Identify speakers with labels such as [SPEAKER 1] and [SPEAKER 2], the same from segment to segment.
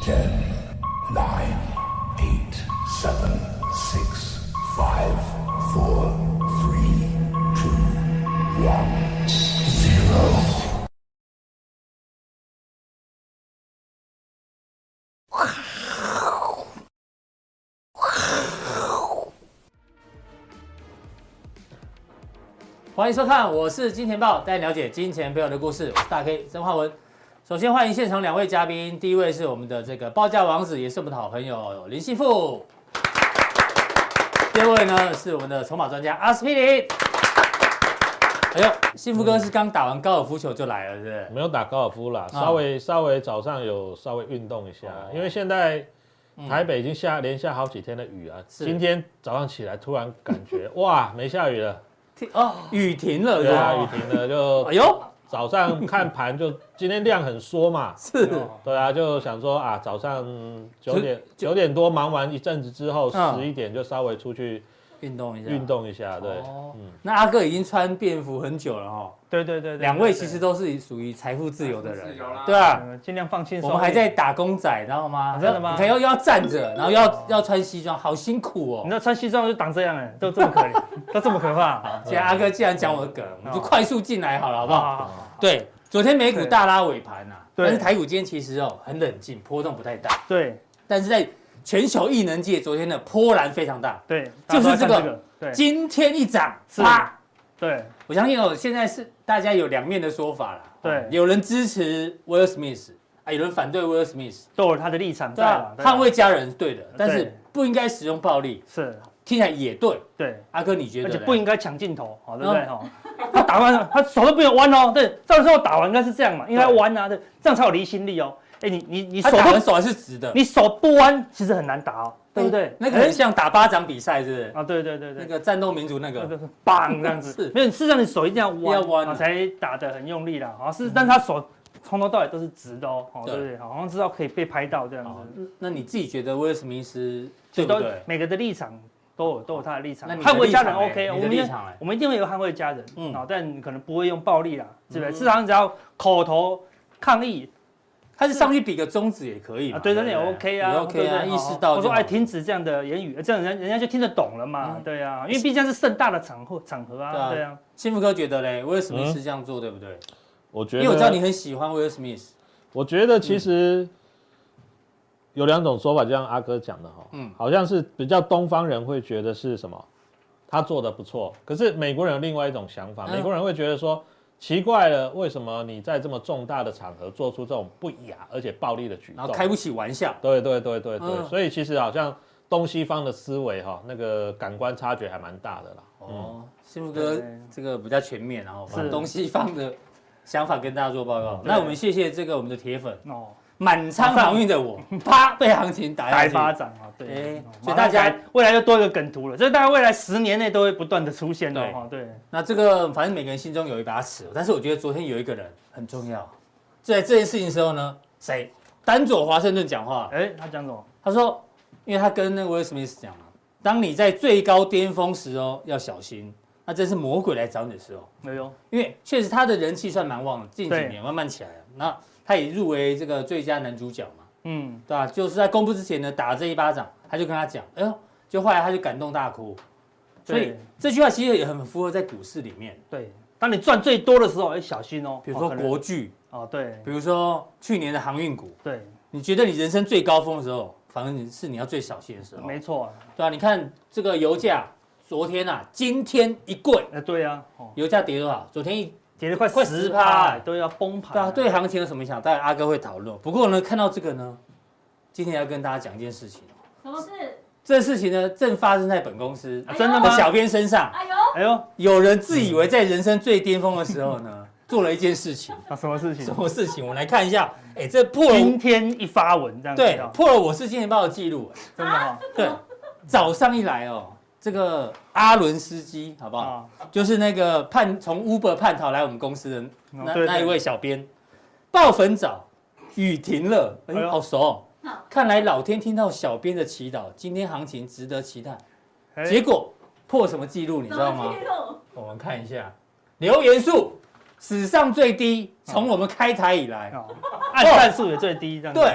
[SPEAKER 1] 10, 9, 8, 7, 6, 5, 4, 3, 2, 1, 0.
[SPEAKER 2] 欢迎收看，我是金钱豹，带你了解金钱背后的故事。我是大 K 曾焕文。首先欢迎现场两位嘉宾，第一位是我们的这个报价王子，也是我们的好朋友林信富。第二位呢是我们的筹码专家阿司匹林。哎呦，信富哥是刚打完高尔夫球就来了，是不是？
[SPEAKER 3] 没有打高尔夫啦，稍微早上有稍微运动一下，因为现在台北已经连下好几天的雨啊。今天早上起来突然感觉哇，没下雨了。
[SPEAKER 2] 雨停了，
[SPEAKER 3] 对啊，雨停了就。
[SPEAKER 2] 哎呦，
[SPEAKER 3] 早上看盘就今天量很缩嘛，
[SPEAKER 2] 是，
[SPEAKER 3] 对啊，就想说啊，早上9点多忙完一阵子之后，11点就稍微出去运动一下，对。
[SPEAKER 2] 那阿哥已经穿便服很久了哈。
[SPEAKER 4] 对，
[SPEAKER 2] 两位其实都是属于财富自由的人，对啊，
[SPEAKER 4] 尽量放轻松。
[SPEAKER 2] 我们还在打工仔，知道吗？
[SPEAKER 4] 真的吗？
[SPEAKER 2] 你看又要站着，然后要穿西装，好辛苦哦。
[SPEAKER 4] 你知道穿西装就长这样哎，都这么可怜，都这么可怕。
[SPEAKER 2] 现在阿哥既然讲我的梗，我们就快速进来好了，好不好？对，昨天美股大拉尾盘呐，但是台股今天其实很冷静，波动不太大。对，但是在全球艺能界昨天的波澜非常大。
[SPEAKER 4] 对，
[SPEAKER 2] 就是这个，今天一涨，啪。对，我相信现在是大家有两面的说法啦。对，有人支持威尔史密斯啊，有人反对威尔史密斯，
[SPEAKER 4] 都有他的立场在啦。
[SPEAKER 2] 捍卫家人是对的，但是不应该使用暴力。是，听起来也对。对，阿哥你觉得？
[SPEAKER 4] 而且不应该抢镜头，对不对？他打完他手都不能弯哦。对，照理说打完应该是这样嘛，应该弯啊，对，这样才有离心力哦。哎，你手
[SPEAKER 2] 还是直的，
[SPEAKER 4] 你手不弯其实很难打哦。对不对？
[SPEAKER 2] 那个很像打巴掌比赛，是不是？
[SPEAKER 4] 啊，对，
[SPEAKER 2] 那个战斗民族那个，
[SPEAKER 4] 棒这样子。是，没有，事实上你手一定要弯，才打得很用力啦。啊，但是他手从头到尾都是直的哦，对不对？好像知道可以被拍到这样子。
[SPEAKER 2] 那你自己觉得威尔史密斯对不对？
[SPEAKER 4] 每个的立场都有他的立场。捍卫家人 OK， 我们一定会有捍卫家人，但可能不会用暴力啦，对不对？市场只要口头抗议。
[SPEAKER 2] 他是上去比个中指也可以嘛？
[SPEAKER 4] 对，那也 OK 啊
[SPEAKER 2] ，OK 啊，意识到。
[SPEAKER 4] 我说停止这样的言语，这样人家就听得懂了嘛，对啊，因为毕竟是盛大的场合啊，对啊。
[SPEAKER 2] 幸福哥觉得嘞，威尔史密斯这样做对不对？
[SPEAKER 3] 我觉得，
[SPEAKER 2] 因为我知道你很喜欢威尔史密斯。
[SPEAKER 3] 我觉得其实有两种说法，就像阿哥讲的哈，好像是比较东方人会觉得是什么，他做的不错，可是美国人有另外一种想法，美国人会觉得说。奇怪了，为什么你在这么重大的场合做出这种不雅而且暴力的举动？
[SPEAKER 2] 然后开不起玩笑。
[SPEAKER 3] 对，所以其实好像东西方的思维哈，那个感官差距还蛮大的啦。
[SPEAKER 2] 哦，幸福哥这个比较全面，然后把东西方的想法跟大家做报告。那我们谢谢这个我们的铁粉哦。满仓航运的我，啪被行情打下去，
[SPEAKER 4] 一巴掌啊！对，
[SPEAKER 2] 所以大家
[SPEAKER 4] 未来就多一个梗图了，这大概未来10年内都会不断的出现的哈。对，
[SPEAKER 2] 那这个反正每个人心中有一把尺，但是我觉得昨天有一个人很重要，在这件事情的时候呢，谁？丹佐华盛顿讲话，
[SPEAKER 4] 他讲什么？
[SPEAKER 2] 他说，因为他跟那个威尔史密斯讲嘛，当你在最高巅峰时要小心，那这是魔鬼来找你的时候。
[SPEAKER 4] 没有，
[SPEAKER 2] 因为确实他的人气算蛮旺的，近几年慢慢起来了。那他也入围这个最佳男主角嘛，对吧？就是在公布之前呢，打这一巴掌，他就跟他讲，哎呦，就后来他就感动大哭，所以这句话其实也很符合在股市里面。
[SPEAKER 4] 对，当你赚最多的时候，小心哦。
[SPEAKER 2] 比如说国巨
[SPEAKER 4] 对，
[SPEAKER 2] 比如说去年的航运股，
[SPEAKER 4] 对，
[SPEAKER 2] 你觉得你人生最高峰的时候，反正是你要最小心的时候。
[SPEAKER 4] 没错，
[SPEAKER 2] 对吧？你看这个油价，昨天今天一跪，
[SPEAKER 4] 对啊，
[SPEAKER 2] 油价跌多少？昨天
[SPEAKER 4] 跌了快10%，都要崩盘。
[SPEAKER 2] 对啊，对行情有什么影响？当然阿哥会讨论。不过呢，看到这个呢，今天要跟大家讲一件事情。
[SPEAKER 5] 什么事？
[SPEAKER 2] 这事情呢，正发生在本公司
[SPEAKER 4] 真的吗？
[SPEAKER 2] 小编身上。
[SPEAKER 4] 哎呦，
[SPEAKER 2] 有人自以为在人生最巅峰的时候呢，做了一件事情。
[SPEAKER 4] 什么事情？
[SPEAKER 2] 什么事情？我们来看一下。这破了
[SPEAKER 4] 今天一发文这样子。
[SPEAKER 2] 对，破了我是金钱豹的记录。
[SPEAKER 4] 真的哈。
[SPEAKER 2] 对，早上一来这个阿伦斯基好不好？就是那个从 Uber 叛逃来我们公司的那一位小编，爆粉早，雨停了，好熟看来老天听到小编的祈祷，今天行情值得期待。结果破什么记录你知道吗？我们看一下留言数史上最低，从我们开台以来，
[SPEAKER 4] 按赞数也最低，这样
[SPEAKER 2] 对。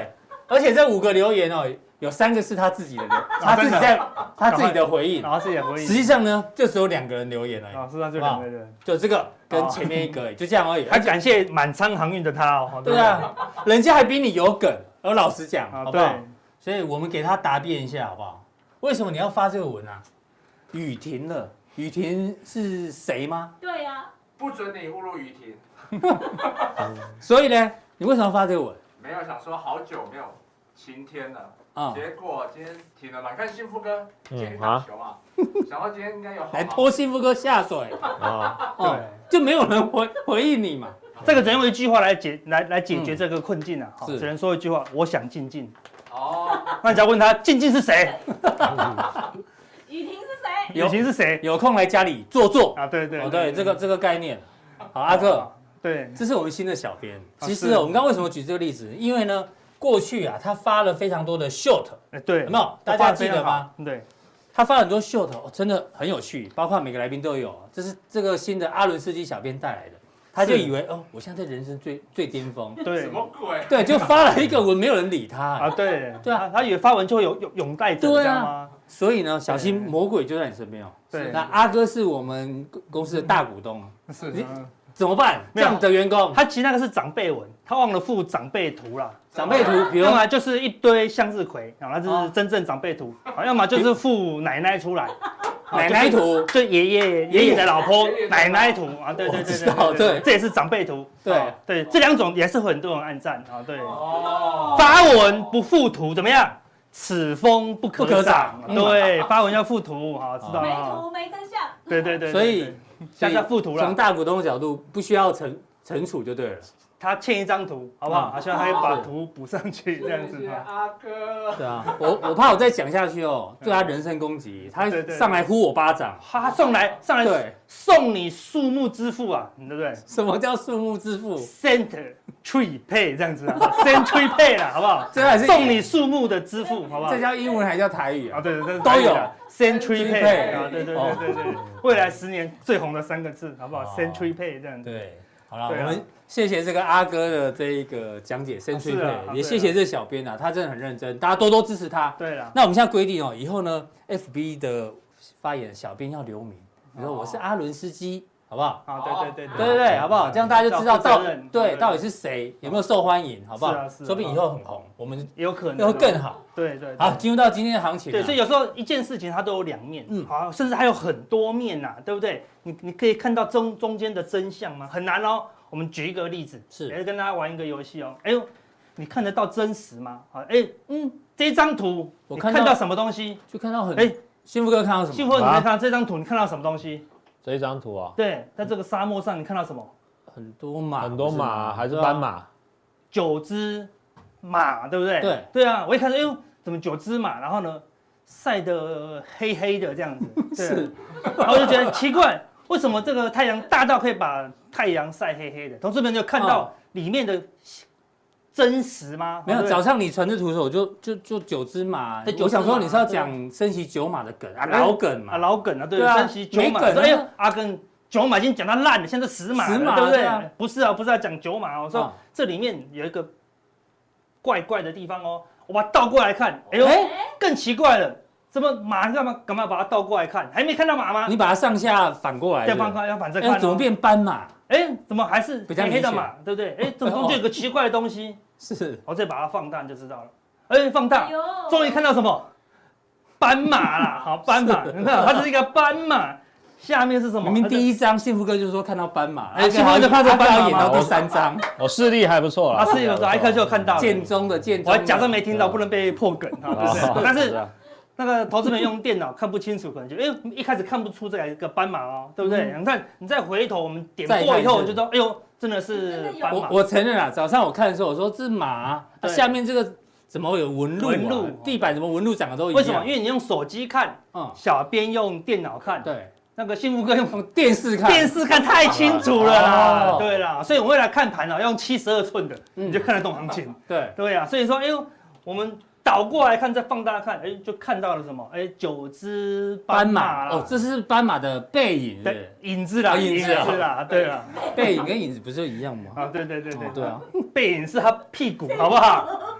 [SPEAKER 2] 而且这5个留言哦，有3个是他自己的他自己的回应，
[SPEAKER 4] 然后自己的回应。
[SPEAKER 2] 实际上呢，就只有2个人留言而已。
[SPEAKER 4] 实际上就2个人，
[SPEAKER 2] 就这个跟前面1个，就这样而已。
[SPEAKER 4] 还感谢满仓航运的他哦。
[SPEAKER 2] 对啊，人家还比你有梗，我老实讲，好不好？
[SPEAKER 4] 对。
[SPEAKER 2] 所以我们给他答辩一下，好不好？为什么你要发这个文啊？雨停了，雨停是谁吗？
[SPEAKER 5] 对呀，
[SPEAKER 6] 不准你误入雨停。
[SPEAKER 2] 所以呢，你为什么要发这个文？
[SPEAKER 6] 没有想说好久没有晴天了，结果今天停了嘛。你看幸福哥今天打球嘛，想到今天应该有好
[SPEAKER 2] 来拖幸福哥下水对，就没有人回应你嘛。
[SPEAKER 4] 这个只能用一句话来解决这个困境啊，只能说一句话：我想静静。哦，那你只要问他静静是谁？
[SPEAKER 5] 雨婷是谁？
[SPEAKER 4] 雨婷是谁？
[SPEAKER 2] 有空来家里坐坐
[SPEAKER 4] 啊！对，
[SPEAKER 2] 这个概念。好，阿克，
[SPEAKER 4] 对，
[SPEAKER 2] 这是我们新的小编。其实我们刚刚为什么举这个例子？因为呢，过去啊，他发了非常多的 short，
[SPEAKER 4] 对，
[SPEAKER 2] 有没有？大家记得吗？
[SPEAKER 4] 对，
[SPEAKER 2] 他发很多 short，真的很有趣，包括每个来宾都有。这是这个新的阿伦斯基小编带来的。他就以为我现在人生最巅峰，
[SPEAKER 4] 对，
[SPEAKER 6] 什么鬼？
[SPEAKER 2] 对，就发了一个文，没有人理他
[SPEAKER 4] 啊，对啊，他以为发文就会有拥戴者，知道吗？
[SPEAKER 2] 所以呢，小心魔鬼就在你身边哦。
[SPEAKER 4] 对，
[SPEAKER 2] 那阿哥是我们公司的大股东，
[SPEAKER 4] 是
[SPEAKER 2] 怎么办？这样的员工，
[SPEAKER 4] 他其实那个是长辈文，他忘了附长辈图啦。
[SPEAKER 2] 长辈图，比如
[SPEAKER 4] 要么就是一堆向日葵，那就是真正长辈图；要么就是附奶奶出来。
[SPEAKER 2] 奶奶图
[SPEAKER 4] 就爷爷的老婆奶奶图啊，对，这也是长辈图，对，这2种也是很多人按赞啊，对。发文不附图怎么样？此风不可长，对，发文要附图，好，知道吗？
[SPEAKER 5] 没图没真相。
[SPEAKER 4] 对，
[SPEAKER 2] 所以
[SPEAKER 4] 现在附图了。
[SPEAKER 2] 从大股东的角度，不需要惩处就对了。
[SPEAKER 4] 他欠一张图，好不好？希望他可以把图补上去，这样子。
[SPEAKER 6] 谢谢阿哥。
[SPEAKER 2] 对啊，我怕我再讲下去对他人身攻击，他上来呼我巴掌，
[SPEAKER 4] 他上来送你树木支付啊，对不对？
[SPEAKER 2] 什么叫树木支付
[SPEAKER 4] ？Center Tree Pay 这样子啊，Century Pay 啦，好不好？送你树木的支付，好不好？
[SPEAKER 2] 这叫英文还叫台语啊？
[SPEAKER 4] 对，
[SPEAKER 2] 都有
[SPEAKER 4] Century Pay 啊，对，未来10年最红的3个字，好不好？Century Pay 这样子。
[SPEAKER 2] 对，好了，我们谢谢这个阿哥的这一个讲解 Century Pay， 也谢谢这小编啊，他真的很认真，大家多多支持他。
[SPEAKER 4] 对了，
[SPEAKER 2] 那我们现在规定以后呢 ，FB 的发言小编要留名，比如说我是阿伦斯基，好不好？对，好不好？这样大家就知道到底是谁，有没有受欢迎，好不好？说不定以后很红，我们
[SPEAKER 4] 有可能
[SPEAKER 2] 会更好。
[SPEAKER 4] 对，
[SPEAKER 2] 好，进入到今天的行情。
[SPEAKER 4] 对，所以有时候一件事情它都有2面，好，甚至还有很多面呐，对不对？你可以看到中间的真相吗？很难哦。我们举一个例子，是跟大家玩一个游戏哦。哎呦，你看得到真实吗？这张图我看到什么东西？
[SPEAKER 2] 就看到幸福哥看到什么？
[SPEAKER 4] 幸福哥，你没看到这张图？你看到什么东西？
[SPEAKER 3] 这一张图啊？
[SPEAKER 4] 对，在这个沙漠上，你看到什么？
[SPEAKER 2] 很多马，
[SPEAKER 3] 还是斑马
[SPEAKER 4] ？9只马，对不对？对啊，我一看到，哎呦，怎么9只马？然后呢，晒得黑黑的这样子，对。然后我就觉得奇怪。为什么这个太阳大到可以把太阳晒黑黑的？同事们就看到里面的真实吗？
[SPEAKER 2] 没有，早上你传这图的时候，我就9只马，我想说你是要讲升息9马的梗啊，老梗嘛，
[SPEAKER 4] 老梗啊，对，升息9马。哎呦，阿根9马已经讲到烂了，现在10马了，对不对？不是啊，不是要讲9马哦，说这里面有一个怪怪的地方哦，我把它倒过来看，哎呦，更奇怪了。怎么马干嘛把它倒过来看？还没看到马吗？
[SPEAKER 2] 你把它上下反过来，
[SPEAKER 4] 要反着看。
[SPEAKER 2] 怎么变斑马？
[SPEAKER 4] 怎么还是黑黑的马？对不对？怎么中间有个奇怪的东西？
[SPEAKER 2] 是，
[SPEAKER 4] 我再把它放大你就知道了。放大，终于看到什么？斑马啦，好，斑马，你看，它是一个斑马。下面是什么？
[SPEAKER 2] 明明第1章幸福哥就说看到斑马，
[SPEAKER 4] 幸福哥就看到斑马，
[SPEAKER 2] 演到第3章，
[SPEAKER 3] 我视力还不错啦。
[SPEAKER 4] 视力不错，一看就看到
[SPEAKER 2] 建中的，
[SPEAKER 4] 我还假装没听到，不能被破梗啊，对不对？但是。那个投资人用电脑看不清楚，可能就一开始看不出这个斑马哦，对不对？你看，你再回头，我们点过以后，就说，哎呦，真的是斑马。
[SPEAKER 2] 我承认啦，早上我看的时候，我说这是马，下面这个怎么有纹路？地板怎么纹路长得都一样？
[SPEAKER 4] 为什么？因为你用手机看，小编用电脑看，
[SPEAKER 2] 对，
[SPEAKER 4] 那个幸福哥用
[SPEAKER 2] 电视看
[SPEAKER 4] 太清楚了啦，对啦，所以我们未来看盘要用72寸的，你就看得懂行情。对啊，所以说，哎呦，我们。倒过来看，再放大看，就看到了什么？9只斑马
[SPEAKER 2] 哦，这是斑马的背影，
[SPEAKER 4] 影子啦，对啦，
[SPEAKER 2] 背影跟影子不是一样吗？
[SPEAKER 4] 啊，对啊，背影是它屁股，好不好？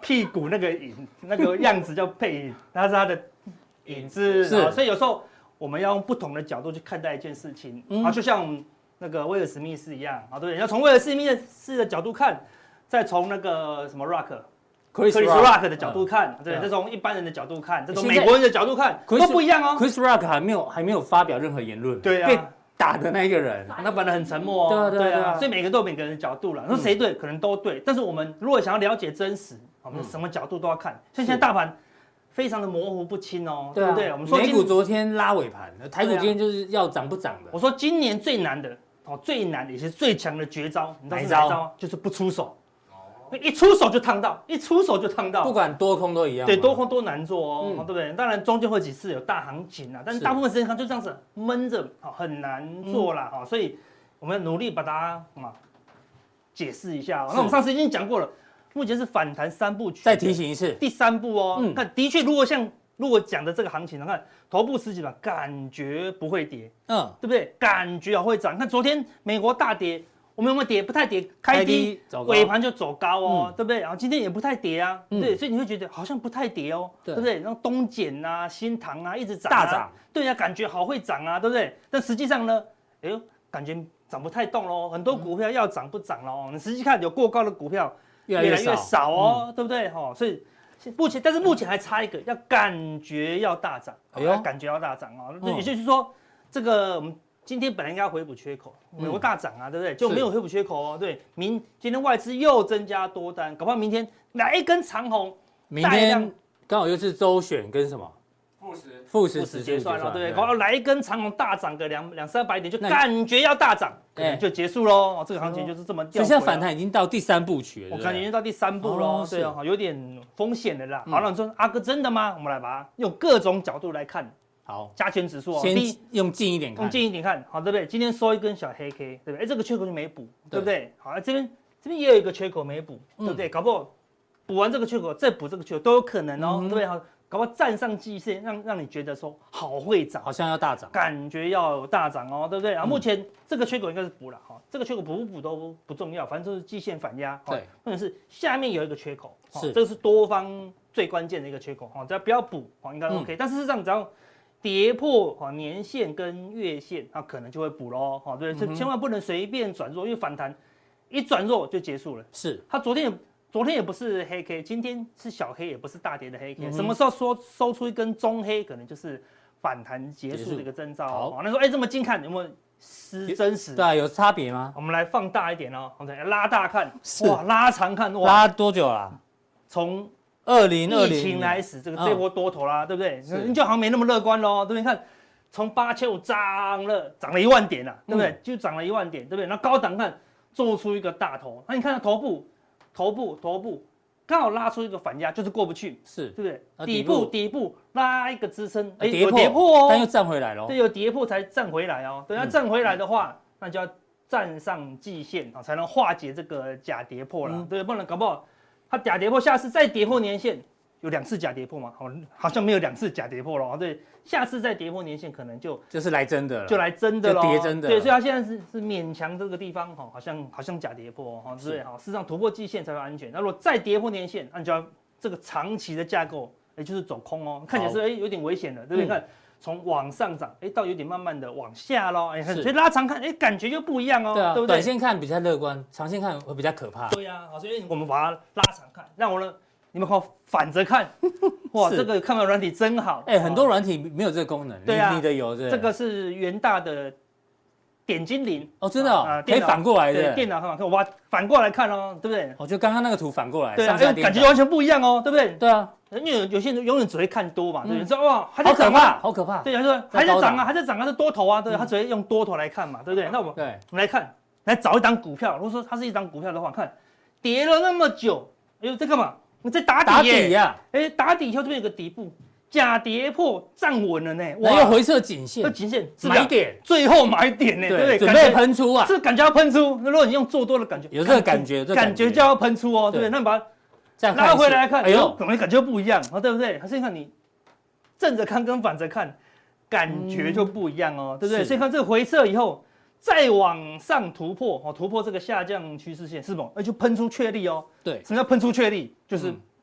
[SPEAKER 4] 屁股那个影那个样子叫背影，它是它的影子，所以有时候我们要用不同的角度去看待一件事情，就像那个威尔史密斯一样，对不对？要从威尔史密斯的角度看，再从那个什么 Chris Rock 的角度看，对，再从一般人的角度看，再从美国人的角度看，都不一样哦。
[SPEAKER 2] Chris Rock 还没有发表任何言论，
[SPEAKER 4] 对啊，
[SPEAKER 2] 被打的那个人，
[SPEAKER 4] 那本来很沉默哦，对啊，所以每个都有每个人的角度了，说谁对，可能都对，但是我们如果想要了解真实，我们什么角度都要看。像现在大盘非常的模糊不清哦，对不对？我们说
[SPEAKER 2] 美股昨天拉尾盘，台股今天就是要涨不涨的。
[SPEAKER 4] 我说今年最难的最难也是最强的绝招，你知道是哪一招？就是不出手。一出手就烫到，
[SPEAKER 2] 不管多空都一样。
[SPEAKER 4] 对，多空都难做哦，对不对？当然中间会几次有大行情啊，但是大部分时间上就这样子闷着，很难做啦。所以我们要努力把它解释一下。那我们上次已经讲过了，目前是反弹3部曲。
[SPEAKER 2] 再提醒一次，
[SPEAKER 4] 第3步哦。看，的确，如果讲的这个行情，看头部10几板，感觉不会跌，对不对？感觉会涨。看昨天美国大跌。我们有没有跌？不太跌，开低，尾盘就走高哦，对不对？然后今天也不太跌啊，对，所以你会觉得好像不太跌哦，对不对？然后东碱啊、新唐啊一直涨，
[SPEAKER 2] 大涨，
[SPEAKER 4] 对啊，感觉好会涨啊，对不对？但实际上呢，哎呦，感觉涨不太动喽，很多股票要涨不涨喽，你实际看有过高的股票越来越少哦，对不对？所以但是目前还差一个，要感觉要大涨，感觉要大涨哦，也就是说这个我们。今天本来应该回补缺口，美国大涨啊，对不对？就没有回补缺口哦。对，今天外资又增加多单，搞不好明天来一根长红。
[SPEAKER 2] 明天刚好又是周选跟什么富时
[SPEAKER 4] 结算了，对不对？搞不好来一根长红大涨个200-300点，就感觉要大涨，就结束喽。这个行情就是这么掉。
[SPEAKER 2] 所以现在反弹已经到第3部曲了，
[SPEAKER 4] 我感觉已经到第3步喽。对啊，有点风险的啦。好，那你说阿哥真的吗？我们来把它用各种角度来看。
[SPEAKER 2] 好，
[SPEAKER 4] 加权指数
[SPEAKER 2] 先用近一点看，
[SPEAKER 4] 好，对不对？今天收一根小黑 K， 对不对？这个缺口就没补，对不对？好，这边也有一个缺口没补，对不对？搞不好补完这个缺口再补这个缺口都有可能哦，对不对？好，搞不好站上季线，让你觉得说好会涨，
[SPEAKER 2] 好像要大涨，
[SPEAKER 4] 感觉要有大涨哦，对不对？目前这个缺口应该是补了，这个缺口补不补都不重要，反正就是季线反压，对，或者是下面有一个缺口，这个是多方最关键的一个缺口，只要不要补，应该 OK。但事实上只要跌破年线跟月线，它可能就会补喽，对，所以千万不能随便转弱，因为反弹一转弱就结束了。
[SPEAKER 2] 是，
[SPEAKER 4] 它昨天也不是黑 K， 今天是小黑，也不是大跌的黑 K，什么时候收出一根中黑，可能就是反弹结束的一个征兆。好，那说这么近看有没有真实？
[SPEAKER 2] 对，有差别吗？
[SPEAKER 4] 我们来放大一点哦，拉大看，哇，拉长看，哇，
[SPEAKER 2] 拉多久啦？
[SPEAKER 4] 从
[SPEAKER 2] 2020
[SPEAKER 4] 疫情开始，这波多头啦，对不对？你就好像没那么乐观喽，对不对？你看，从8500涨了1万点啦，对不对？就涨了1万点，对不对？那高档看做出一个大头，那你看头部刚好拉出一个反压，就是过不去，
[SPEAKER 2] 是
[SPEAKER 4] 对不对？底部拉一个支撑，
[SPEAKER 2] 有跌破哦，但又站回来了，
[SPEAKER 4] 对，有跌破才站回来哦。对，要站回来的话，那就要站上季线才能化解这个假跌破了，对，不然搞不好。它假跌破，下次再跌破年线，有2次假跌破吗？好像没有2次假跌破了。对，下次再跌破年线，可能
[SPEAKER 2] 就是来真的了，
[SPEAKER 4] 就来真的了，
[SPEAKER 2] 跌真的。
[SPEAKER 4] 对，所以它现在是勉强这个地方好像假跌破对不对？事实上突破季线才会安全。那如果再跌破年线，那你就要这个长期的架构，就是走空哦，看起来是有点危险的，对不对？看从往上涨，到有点慢慢的往下咯，所以拉长看，感觉就不一样哦，对不对？
[SPEAKER 2] 短线看比较乐观，长线看会比较可怕。
[SPEAKER 4] 对呀，所以我们把它拉长看，让我呢，你们好反着看，哇，这个看盘软体真好。
[SPEAKER 2] 很多软体没有这个功能，
[SPEAKER 4] 对啊，
[SPEAKER 2] 你的有
[SPEAKER 4] 这个是元大的点金灵
[SPEAKER 2] 哦，真的哦，可以反过来的，
[SPEAKER 4] 电脑看，我把它反过来看哦，对不对？
[SPEAKER 2] 就刚刚那个图反过来，
[SPEAKER 4] 对啊，感觉完全不一样哦，对不对？
[SPEAKER 2] 对啊。
[SPEAKER 4] 因为有些人永远只会看多嘛，对，你知道哇，还在
[SPEAKER 2] 涨啊，好可怕，
[SPEAKER 4] 对，他说还在涨啊，还在涨啊，是多头啊，对，他只会用多头来看嘛，对不对？那我们来看，来找一档股票，如果说它是一档股票的话，看跌了那么久，在干嘛？你在打底
[SPEAKER 2] 呀，
[SPEAKER 4] 打底以后这边有个底部，假跌破站稳了呢，
[SPEAKER 2] 哇，又回撤颈线，
[SPEAKER 4] 颈线
[SPEAKER 2] 买点，
[SPEAKER 4] 最后买点呢，对不对？
[SPEAKER 2] 准备喷出啊，
[SPEAKER 4] 是感觉要喷出。如果你用做多的感觉，
[SPEAKER 2] 有这个感觉
[SPEAKER 4] 就要喷出哦，对不对？那把它拉回来看，怎么感觉不一样对不对？还是看你正着看跟反着看，感觉就不一样哦，对不对？所以看这个回撤以后，再往上突破这个下降趋势线，是不？就喷出确立哦。
[SPEAKER 2] 对，
[SPEAKER 4] 什么叫喷出确立？就是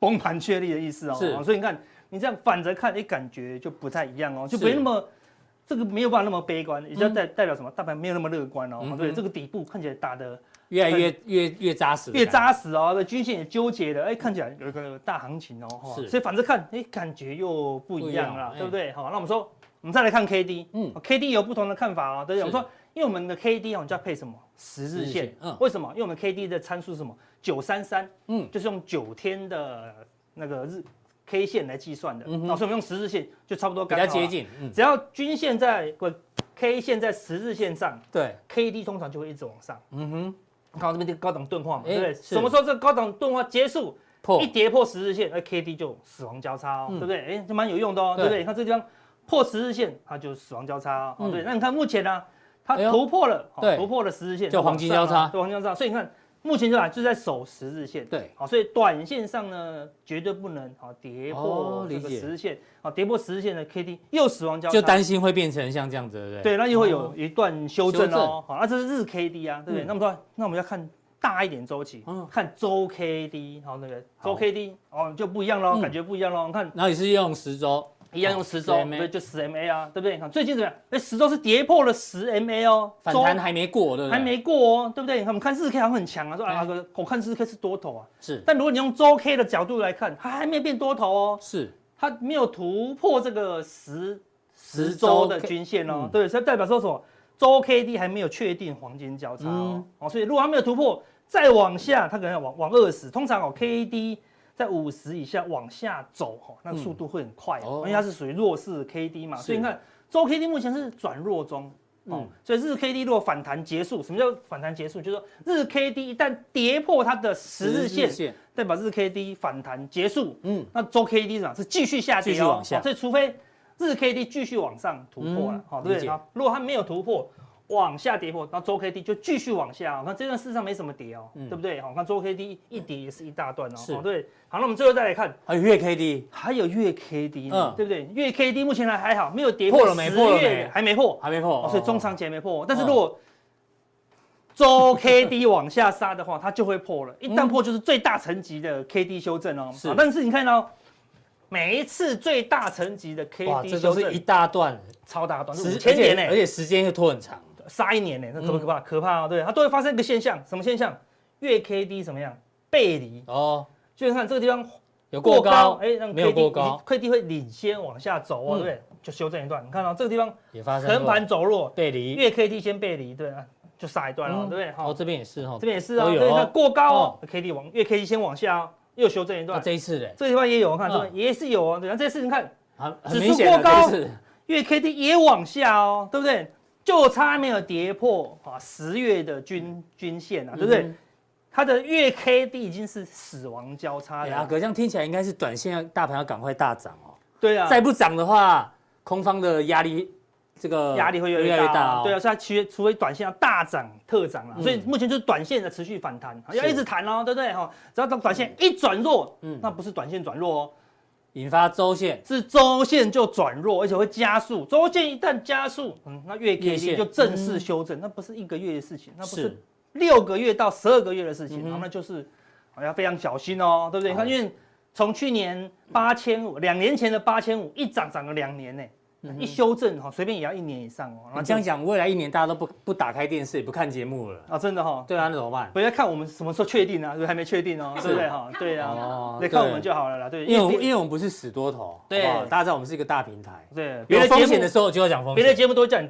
[SPEAKER 4] 崩盘确立的意思哦。
[SPEAKER 2] 是，
[SPEAKER 4] 所以你看你这样反着看，感觉就不太一样哦，就没那么这个没有办法那么悲观，也就代表什么？大盘没有那么乐观哦。对，这个底部看起来打的
[SPEAKER 2] 越来越扎实，
[SPEAKER 4] 越扎实哦。对，均线也纠结的，看起来有一个大行情哦。所以反着看，感觉又不一样了，对不对？好，那我们再来看 KD，KD 有不同的看法哦。对，我们说，因为我们的 KD 就要配什么10日线？为什么？因为我们 KD 的参数是什么？933，就是用9天的那个K 线来计算的，所以我们用10日线就差不多
[SPEAKER 2] 比较接近。
[SPEAKER 4] 只要均线在K 线在10日线上，
[SPEAKER 2] 对
[SPEAKER 4] ，KD 通常就会一直往上。你看到这边这个高档钝化嘛，对不对？什么时候这个高档钝化结束，一跌破10日线，KD 就死亡交叉哦，对不对？就蛮有用的哦，对不对？你看这地方破10日线，它就死亡交叉哦，对。那你看目前呢，它突破了10日线，
[SPEAKER 2] 就黄金交叉，
[SPEAKER 4] 对，黄金交叉。所以你看。目前就在守10日线，
[SPEAKER 2] 对，
[SPEAKER 4] 好，所以短线上呢，绝对不能跌破这个10日线，跌破10日线的 KD 又死亡交叉，
[SPEAKER 2] 就担心会变成像这样子，对不对？
[SPEAKER 4] 对，那又会有一段修正哦，好，那这是日 KD 啊，对不对？那我们要看大一点周期，看周 KD， 好，那个周 KD 就不一样喽，感觉不一样喽，看，
[SPEAKER 2] 然后也是用10周。
[SPEAKER 4] 一样用10周，对，就10 MA 啊，对不对？看最近怎么样？10周是跌破了10 MA 哦，
[SPEAKER 2] 反弹还没过，对不对？
[SPEAKER 4] 还没过哦，对不对？我们看日 K 好像很强啊，说阿哥，我看日 K 是多头啊，
[SPEAKER 2] 是。
[SPEAKER 4] 但如果你用周 K 的角度来看，它还没变多头哦，
[SPEAKER 2] 是，
[SPEAKER 4] 它没有突破这个10周的均线哦，对，所以代表说什么？周 KD 还没有确定黄金交叉哦，所以如果它没有突破，再往下，它可能要往20，通常KD。在50以下往下走那个速度会很快因为它是属于弱势 KD 嘛，所以你看周 KD 目前是转弱中，所以日 KD 如果反弹结束，什么叫反弹结束？就是说日 KD 一旦跌破它的10日线，代表日 KD 反弹结束，那周 KD 是继续下跌哦，所以除非日 KD 继续往上突破了，对不对？如果它没有突破。往下跌破，然后周 KD 就继续往下，看这段事实上没什么跌哦，对不对？好，看周 KD 一跌也是一大段哦，对。好，那我们最后再来看，
[SPEAKER 2] 还有月 KD，
[SPEAKER 4] 还有月 KD，对不对？月 KD 目前还好，没有跌
[SPEAKER 2] 破了没？破了没？
[SPEAKER 4] 还没破，所以中长期还没破。但是如果周 KD 往下杀的话，它就会破了。一旦破，就是最大层级的 KD 修正哦。是，但是你看到每一次最大层级的 KD 修正，
[SPEAKER 2] 这都是一大段，
[SPEAKER 4] 超大段，5000年呢，
[SPEAKER 2] 而且时间又拖很长。
[SPEAKER 4] 杀1年呢，那可不可怕？可怕哦！对，它都会发生一个现象，什么现象？月 KD 怎么样？背离哦，就是看这个地方
[SPEAKER 2] 有过高，
[SPEAKER 4] 让
[SPEAKER 2] 没有过高
[SPEAKER 4] ，KD 会领先往下走哦，对不对？就修正一段，你看到这个地方
[SPEAKER 2] 也发生
[SPEAKER 4] 横盘走弱，
[SPEAKER 2] 背离，
[SPEAKER 4] 月 KD 先背离，对啊，就杀一段了，对不对？
[SPEAKER 2] 好，这边也是
[SPEAKER 4] 这边也是哦，对，它过高哦，KD 月 KD 先往下哦，又修正一段。
[SPEAKER 2] 这一次嘞，
[SPEAKER 4] 这地方也有，看这边也是有哦，对，这次你看
[SPEAKER 2] 指数过高，
[SPEAKER 4] 月 KD 也往下哦，对不对？就差没有跌破10月的均线啊，对不对？它的月 KD 已经是死亡交叉了。
[SPEAKER 2] 哥，这样听起来应该是短线大盘要赶快大涨哦。
[SPEAKER 4] 对啊，
[SPEAKER 2] 再不涨的话，空方的压力
[SPEAKER 4] 会越来越大。对啊，所以除非短线要大涨特涨了，所以目前就是短线的持续反弹，要一直弹哦，对不对？只要当短线一转弱，那不是短线转弱哦。
[SPEAKER 2] 引发周线，
[SPEAKER 4] 是周线就转弱，而且会加速。周线一旦加速，那月 KD 就正式修正，那不是1个月的事情，那不是6个月到12个月的事情，那就是要非常小心哦，对不对？你看，因为从去年8500，2年前的8500一涨了2年呢。一修正随便也要1年以上哦。
[SPEAKER 2] 你这样讲，未来1年大家都不打开电视，也不看节目了啊？
[SPEAKER 4] 真的哈？
[SPEAKER 2] 对啊，那怎么办？
[SPEAKER 4] 不要看我们什么时候确定啊？还没确定哦，对不对哈？对啊，你看我们就好了啦。对，
[SPEAKER 2] 因为我们不是死多头，对，大家知道我们是一个大平台。
[SPEAKER 4] 对，
[SPEAKER 2] 有风险的时候就要讲风险。
[SPEAKER 4] 别的节目都会叫你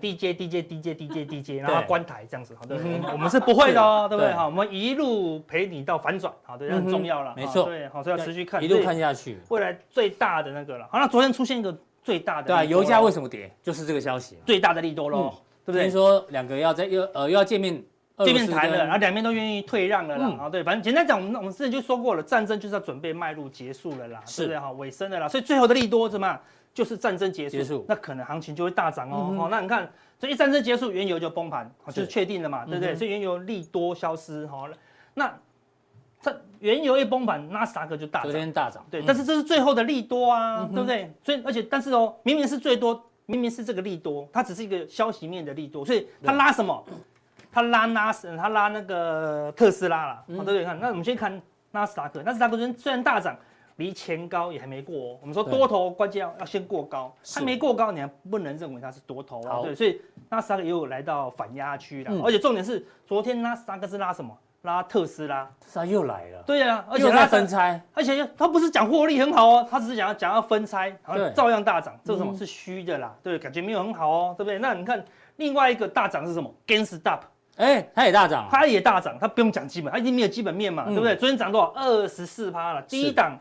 [SPEAKER 4] DJ，然后关台这样子，对不对？我们是不会的哦，对不对？哈，我们一路陪你到反转，好，对，很重要了。
[SPEAKER 2] 没错，
[SPEAKER 4] 对，好，所以要持续看，
[SPEAKER 2] 一路看下去，
[SPEAKER 4] 未来最大的那个了。好，那昨天出现一个。最大的
[SPEAKER 2] 对啊，油价为什么跌？就是这个消息，
[SPEAKER 4] 最大的利多咯，对不对？
[SPEAKER 2] 听说2个又要见面
[SPEAKER 4] 谈了，然后2边都愿意退让了啦，对，反正简单讲，我们之前就说过了，战争就是要准备迈入结束了啦，对不对？尾声了啦，所以最后的利多怎么样？就是战争结束，那可能行情就会大涨哦。那你看，所以一战争结束，原油就崩盘，就是确定了嘛，对不对？所以原油利多消失，那。原油一崩盘，纳斯达克就大涨，
[SPEAKER 2] 昨天大涨，
[SPEAKER 4] 对，但是这是最后的利多啊，对不对？所以但是明明是最多，明明是这个利多，它只是一个消息面的利多，所以它拉什么？它拉它拉那个特斯拉啦，对不对？看，那我们先看纳斯达克，纳斯达克昨天虽然大涨离前高也还没过哦。我们说多头关键要先过高，它没过高，你还不能认为它是多头啊。对，所以纳斯达克也有来到反压区了，而且重点是昨天纳斯达克是拉什么？拉特斯拉，
[SPEAKER 2] 又来了。
[SPEAKER 4] 对啊，
[SPEAKER 2] 而且它分拆，
[SPEAKER 4] 而且它不是讲获利很好哦，它只是讲要分拆，然后照样大涨。这是什么？是虚的啦，对，感觉没有很好哦，对不对？那你看另外一个大涨是什么 ？GameStop，
[SPEAKER 2] 它也大涨，
[SPEAKER 4] 它也大涨，它不用讲基本，它已经没有基本面嘛，对不对？昨天涨多少？24%了，第一档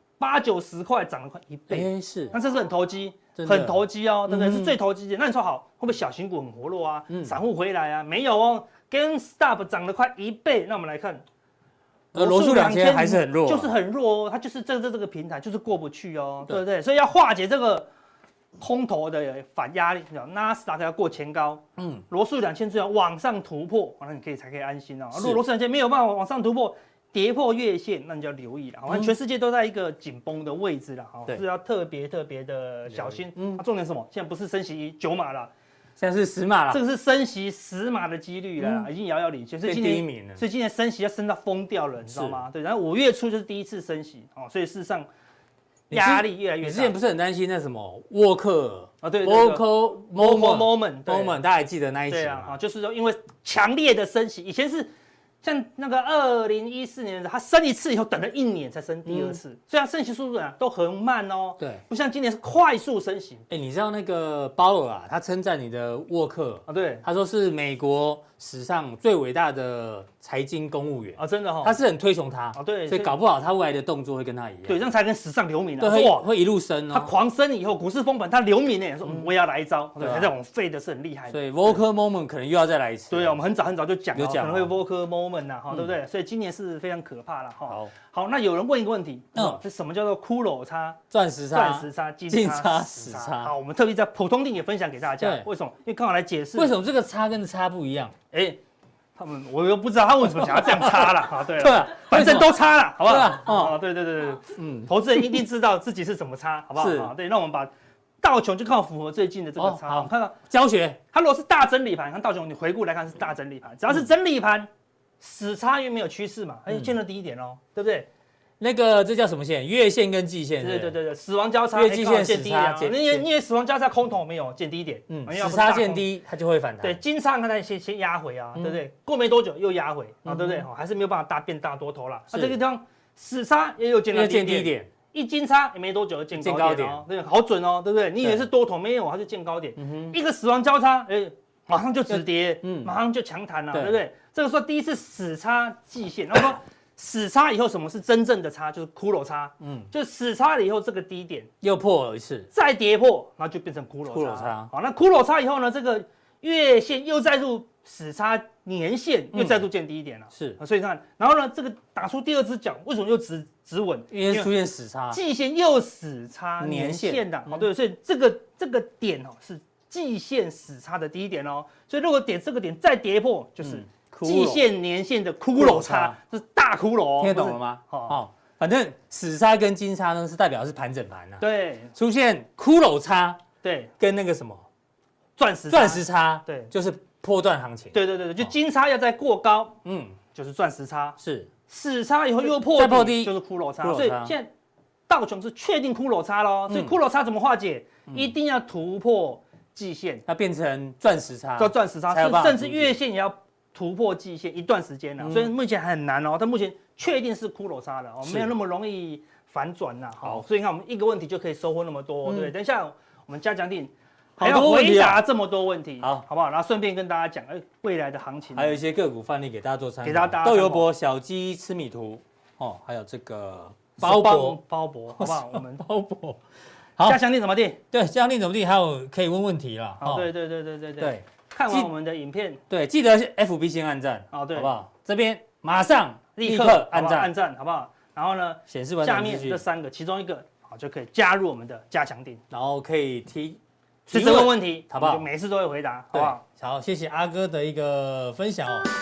[SPEAKER 4] 80-90块，涨了快1倍。
[SPEAKER 2] 是，
[SPEAKER 4] 那这是很投机，很投机哦，对不对？是最投机的。那你说好，会不会小型股很活络啊？散户回来啊？没有哦。GameStop 涨了快1倍，那我们来看，
[SPEAKER 2] 罗素2000还是很弱，
[SPEAKER 4] 就是很弱哦，它就是这个平台就是过不去哦，对不对？所以要化解这个空头的反压力，纳斯达克要过前高，罗素2000最好往上突破，那你才可以安心哦。如果罗素2000没有办法往上突破，跌破月线，那你就要留意了。好像全世界都在一个紧绷的位置了，是要特别的小心。重点是什么？现在不是升息9码了。
[SPEAKER 2] 现在是10码了，
[SPEAKER 4] 这个是升息10码的几率了，已经遥遥领先，所以今年升息要升到疯掉了，你知道吗？对，然后5月初就是第一次升息哦，所以事实上压力越来越大。
[SPEAKER 2] 你之前不是很担心那什么沃克
[SPEAKER 4] 啊？对
[SPEAKER 2] ，Walker
[SPEAKER 4] moment，
[SPEAKER 2] 大家还记得那一集
[SPEAKER 4] 啊？就是说因为强烈的升息，以前是。像那个2014年的，它升一次以后等了1年才升第2次，所以它升息速度都很慢哦。
[SPEAKER 2] 对，
[SPEAKER 4] 不像今年是快速升息。
[SPEAKER 2] 你知道那个鲍尔啊，他称赞你的沃克
[SPEAKER 4] 啊，对，
[SPEAKER 2] 他说是美国史上最伟大的财经公务员
[SPEAKER 4] 啊，真的哈，
[SPEAKER 2] 他是很推崇他
[SPEAKER 4] 啊，对，
[SPEAKER 2] 所以搞不好他未来的动作会跟他一样，
[SPEAKER 4] 对，这样才跟史上留名啊，
[SPEAKER 2] 对，会一路升哦。
[SPEAKER 4] 他狂升以后，股市封盘，他留名呢，说我也要来一招，对，这种废的是很厉害的。
[SPEAKER 2] 所以 Walker moment 可能又要再来一次。
[SPEAKER 4] 对啊，我们很早就讲，可能会 Walker moment 呐，哈，对不对？所以今年是非常可怕了哈。好，那有人问一个问题，这什么叫做骷髅差、
[SPEAKER 2] 钻石差、
[SPEAKER 4] 金
[SPEAKER 2] 差、死差？
[SPEAKER 4] 好，我们特别在普通定也分享给大家。为什么？因为刚好来解释
[SPEAKER 2] 为什么这个差跟差不一样。
[SPEAKER 4] 他们我又不知道他为什么想要这样差了啊？对啊，反正都差了，好不好？对，投资人一定知道自己是怎么差，好不好？对，那我们把道琼就刚好符合最近的这个差。看到
[SPEAKER 2] 教学，
[SPEAKER 4] 它如果是大整理盘，看道琼你回顾来看是大整理盘，只要是整理盘。死差因为没有趋势嘛，见了低一点哦，对不对？
[SPEAKER 2] 那个这叫什么线？月线跟季线。
[SPEAKER 4] 对，死亡交叉，
[SPEAKER 2] 月季线死差
[SPEAKER 4] 因为死亡交叉空头没有见低点，
[SPEAKER 2] 死差见低它就会反弹。
[SPEAKER 4] 对，金叉看它先压回啊，对不对？过没多久又压回啊，对不对？还是没有办法变大多头了。那这个地方死差也有见到低点，一金叉也没多久就见高点哦，对，好准哦，对不对？你以为是多头没有，它就见高点，一个死亡交叉，马上就止跌，马上就强弹了，对不对？这个说第一次死叉季线，然后说死叉以后什么是真正的叉，就是骷髅叉，就死叉了以后这个低点
[SPEAKER 2] 又破了一次，
[SPEAKER 4] 再跌破，然后就变成骷髅叉。好，那骷髅叉以后呢，这个月线又再入死叉，年线又再度见低点了，
[SPEAKER 2] 是，
[SPEAKER 4] 所以看，然后呢，这个打出第二只脚，为什么又止稳？
[SPEAKER 2] 因为出现死叉，
[SPEAKER 4] 季线又死叉年线的，对，所以这个点是季线死叉的低点哦，所以如果这个点再跌破，就是季线年线的骷髅叉，这是大骷髅，
[SPEAKER 2] 听得懂了吗？好，反正死叉跟金叉呢是代表是盘整盘呐，
[SPEAKER 4] 对，
[SPEAKER 2] 出现骷髅叉，
[SPEAKER 4] 对，
[SPEAKER 2] 跟那个什么
[SPEAKER 4] 钻石叉，
[SPEAKER 2] 对，就是波段行情，
[SPEAKER 4] 对，就金叉要再过高，就是钻石叉，
[SPEAKER 2] 是
[SPEAKER 4] 死叉以后又破底，就是骷髅叉，所以现在道琼是确定骷髅叉咯，所以骷髅叉怎么化解？一定要突破季线，
[SPEAKER 2] 要变成钻石叉，
[SPEAKER 4] 叫钻石叉，甚至月线也要突破季线一段时间了，所以目前很难哦。但目前确定是骷髅叉了，没有那么容易反转呐。好，所以你看我们一个问题就可以收获那么多，对不对？等一下我们加强定还要回答这么多问题，好不好？然后顺便跟大家讲，未来的行情，
[SPEAKER 2] 还有一些个股范例给大家做参考，
[SPEAKER 4] 给大家
[SPEAKER 2] 豆油博、小鸡吃米图还有这个
[SPEAKER 4] 包博，好不好？我们
[SPEAKER 2] 包博。
[SPEAKER 4] 加强定怎么定？
[SPEAKER 2] 对，加强定怎么定？还有可以问问题啦。
[SPEAKER 4] 对，看完我们的影片，
[SPEAKER 2] 对，记得 FB 先按赞，
[SPEAKER 4] 对，
[SPEAKER 2] 好不好？这边马上立刻按赞，
[SPEAKER 4] 好不好？然后呢，
[SPEAKER 2] 显示
[SPEAKER 4] 下面这3个其中一个，好就可以加入我们的加强定，
[SPEAKER 2] 然后可以提
[SPEAKER 4] 问题，好不好？每次都会回答，好不好？
[SPEAKER 2] 好，谢谢阿哥的一个分享哦。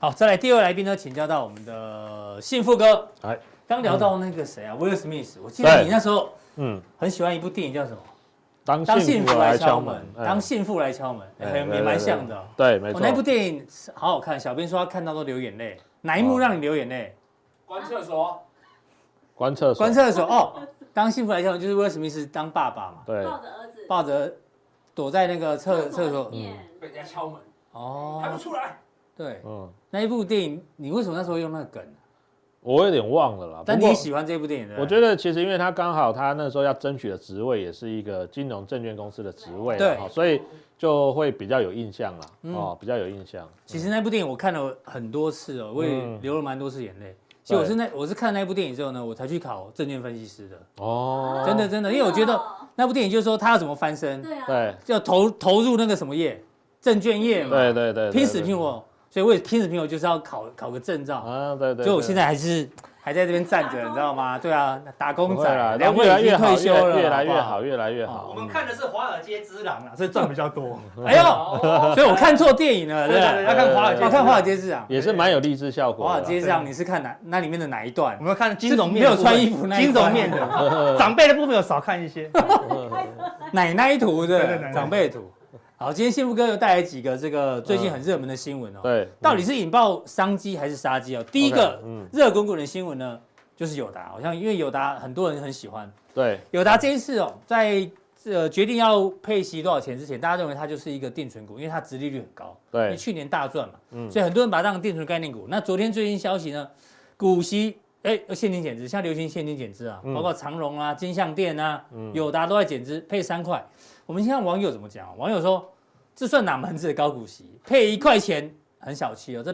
[SPEAKER 2] 好，再来第二位来宾呢，请教到我们的幸福哥。刚聊到那个谁啊，威尔史密斯，我记得你那时候很喜欢一部电影叫什么？当幸福来敲门，当幸福来敲门，也蛮像的。
[SPEAKER 3] 对，没错。
[SPEAKER 2] 那部电影好好看，小编说他看到都流眼泪。哪一幕让你流眼泪？
[SPEAKER 6] 关厕所。
[SPEAKER 3] 关厕
[SPEAKER 2] 所哦。当幸福来敲门就是威尔史密斯当爸爸嘛，
[SPEAKER 5] 对，抱着儿子，
[SPEAKER 2] 抱着躲在那个厕所，
[SPEAKER 6] 被人家敲门。
[SPEAKER 2] 哦，
[SPEAKER 6] 还不出来。
[SPEAKER 2] 对，那一部电影，你为什么那时候用那个梗？
[SPEAKER 3] 我有点忘了啦，
[SPEAKER 2] 但你喜欢这部电影的？
[SPEAKER 3] 我觉得其实因为他刚好他那时候要争取的职位也是一个金融证券公司的职位，对，所以就会比较有印象啦，比较有印象。
[SPEAKER 2] 其实那部电影我看了很多次哦，我也流了蛮多次眼泪。其实我是看那部电影之后呢，我才去考证券分析师的。哦，真的，因为我觉得那部电影就是说他要怎么翻身，
[SPEAKER 3] 对，
[SPEAKER 2] 要投入那个什么业，证券业嘛，
[SPEAKER 3] 对，
[SPEAKER 2] 拼死拼活。所以我也拼死拼活就是要考个证照啊，对，所以我现在还在这边站着，你知道吗？对啊，打工仔，2位已经退休了，
[SPEAKER 3] 越来越好。
[SPEAKER 4] 我们看的是《华尔街之狼》啊，所以赚比较多。
[SPEAKER 2] 哎呦，所以我看错电影了，对，
[SPEAKER 4] 要看《华尔街》，
[SPEAKER 2] 看《华尔街之狼》
[SPEAKER 3] 也是蛮有励志效果。
[SPEAKER 2] 华尔街之狼，你是看那里面的哪一段？
[SPEAKER 4] 我们看金融面，
[SPEAKER 2] 没有穿衣服那
[SPEAKER 4] 金融面的，长辈的部分有少看一些。
[SPEAKER 2] 奶奶图的长辈图。好，今天幸福哥又带来几个这个最近很热门的新闻哦。
[SPEAKER 3] 对，
[SPEAKER 2] 到底是引爆商机还是杀机哦？第一个热滚滚的新闻呢，就是友达，好像因为友达很多人很喜欢。
[SPEAKER 3] 对，
[SPEAKER 2] 友达这一次哦，在决定要配息多少钱之前，大家认为它就是一个定存股，因为它殖利率很高。
[SPEAKER 3] 对，
[SPEAKER 2] 因为去年大赚嘛，所以很多人把它当成定存概念股。那昨天最新消息呢，股息现金减资，像流行现金减资啊，包括长荣啊、金像电啊、友达都在减资，配3块。我们先看网友怎么讲，网友说。这算哪门子的高股息？配1块钱很小气哦。这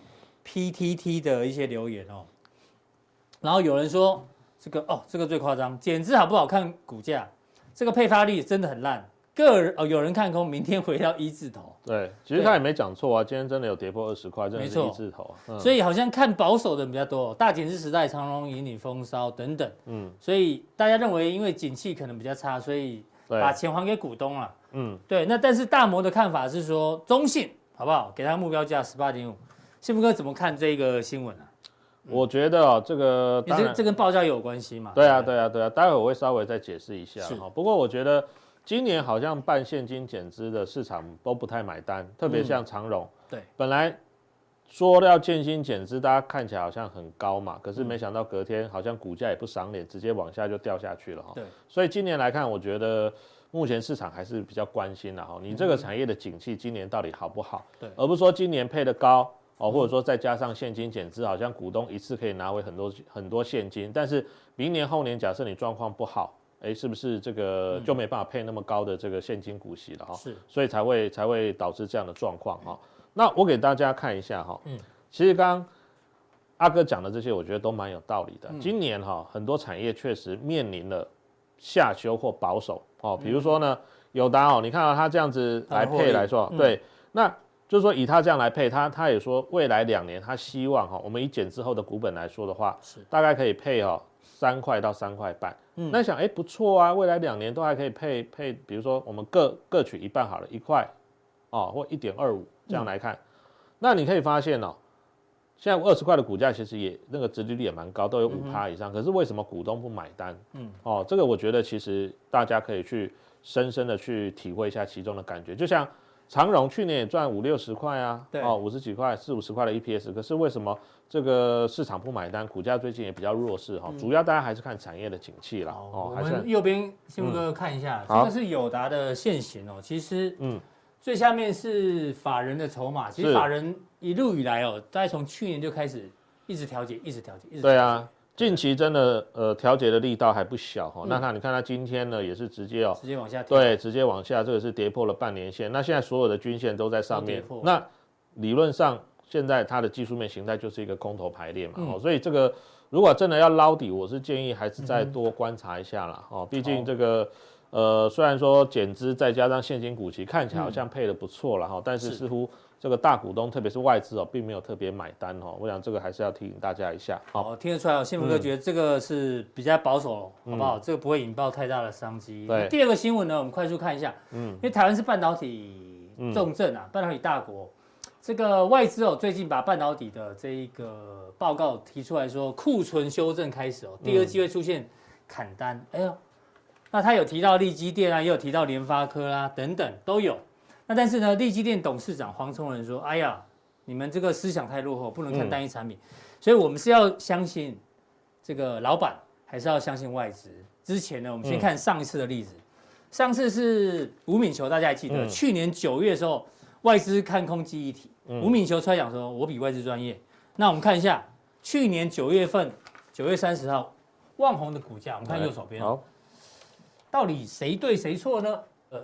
[SPEAKER 2] PTT 的一些留言哦，然后有人说这个最夸张，减资好不好看股价？这个配发率真的很烂。有人看空，明天回到1字头。
[SPEAKER 3] 对，其实他也没讲错啊，今天真的有跌破20块，真的是1字头。
[SPEAKER 2] 所以好像看保守的人比较多，大减资时代长荣引领风骚等等。所以大家认为因为景气可能比较差，所以把钱还给股东了。对，那但是大摩的看法是说中性，好不好？给他目标价18.5。幸福哥怎么看这个新闻啊？
[SPEAKER 3] 我觉得这个当然
[SPEAKER 2] 这跟报价有关系嘛？
[SPEAKER 3] 对啊，待会我会稍微再解释一下。不过我觉得今年好像办现金减资的市场都不太买单，特别像长荣。
[SPEAKER 2] 对，
[SPEAKER 3] 本来说要现金减资，大家看起来好像很高嘛，可是没想到隔天好像股价也不赏脸，直接往下就掉下去了哈。对，所以今年来看，我觉得。目前市场还是比较关心的哈，你这个产业的景气今年到底好不好？对，而不是说今年配的高哦，或者说再加上现金减资，好像股东一次可以拿回很多现金，但是明年后年假设你状况不好，是不是这个就没办法配那么高的这个现金股息了哈？是，所以才会导致这样的状况哈。那我给大家看一下哈，其实刚刚阿哥讲的这些，我觉得都蛮有道理的。今年哈很多产业确实面临了下修或保守。比如说呢，友达你看到他这样子来配来说，对，那就是说以他这样来配，他也说未来2年他希望我们以减之后的股本来说的话，大概可以配3块到3块半。那想不错啊，未来2年都还可以配，比如说我们各取一半好了，1块或1.25这样来看，那你可以发现现在20块的股价其实也那个殖利率也蛮高，都有5%以上。可是为什么股东不买单？这个我觉得其实大家可以去深深的去体会一下其中的感觉。就像长荣去年也赚50-60块啊，50几块、40-50块的 EPS， 可是为什么这个市场不买单？股价最近也比较弱势主要大家还是看产业的景气啦。
[SPEAKER 2] 我们右边幸福哥看一下，这个是友达的现行其实最下面是法人的筹码，其实法人一路以来大概从去年就开始一直调节。
[SPEAKER 3] 对啊，近期真的调节的力道还不小那你看它今天呢也是直接
[SPEAKER 2] 往下
[SPEAKER 3] 对，直接往下，这个是跌破了半年线。那现在所有的均线都在上面，那理论上现在它的技术面形态就是一个空头排列嘛所以这个如果真的要捞底，我是建议还是再多观察一下啦毕竟这个。虽然说减资再加上现金股息看起来好像配得不错了但是似乎这个大股东特别是外资并没有特别买单我想这个还是要提醒大家一下。
[SPEAKER 2] 好，听得出来幸福哥觉得这个是比较保守好不好？这个不会引爆太大的商机。第二个新闻呢，我们快速看一下，因为台湾是半导体重镇半导体大国， 这个外资最近把半导体的这一个报告提出来说，库存修正开始第二季会出现砍单。哎呦，那他有提到力积电啊，也有提到联发科啦等等都有。那但是呢，力积电董事长黄崇仁说，哎呀，你们这个思想太落后，不能看单一产品，所以我们是要相信这个老板，还是要相信外资？之前呢，我们先看上一次的例子。上次是吴敏球，大家还记得？去年9月的时候，外资看空记忆体，吴敏球出来讲说，我比外资专业。那我们看一下去年9月份，9月30号，旺宏的股价，我们看右手边，到底谁对谁错呢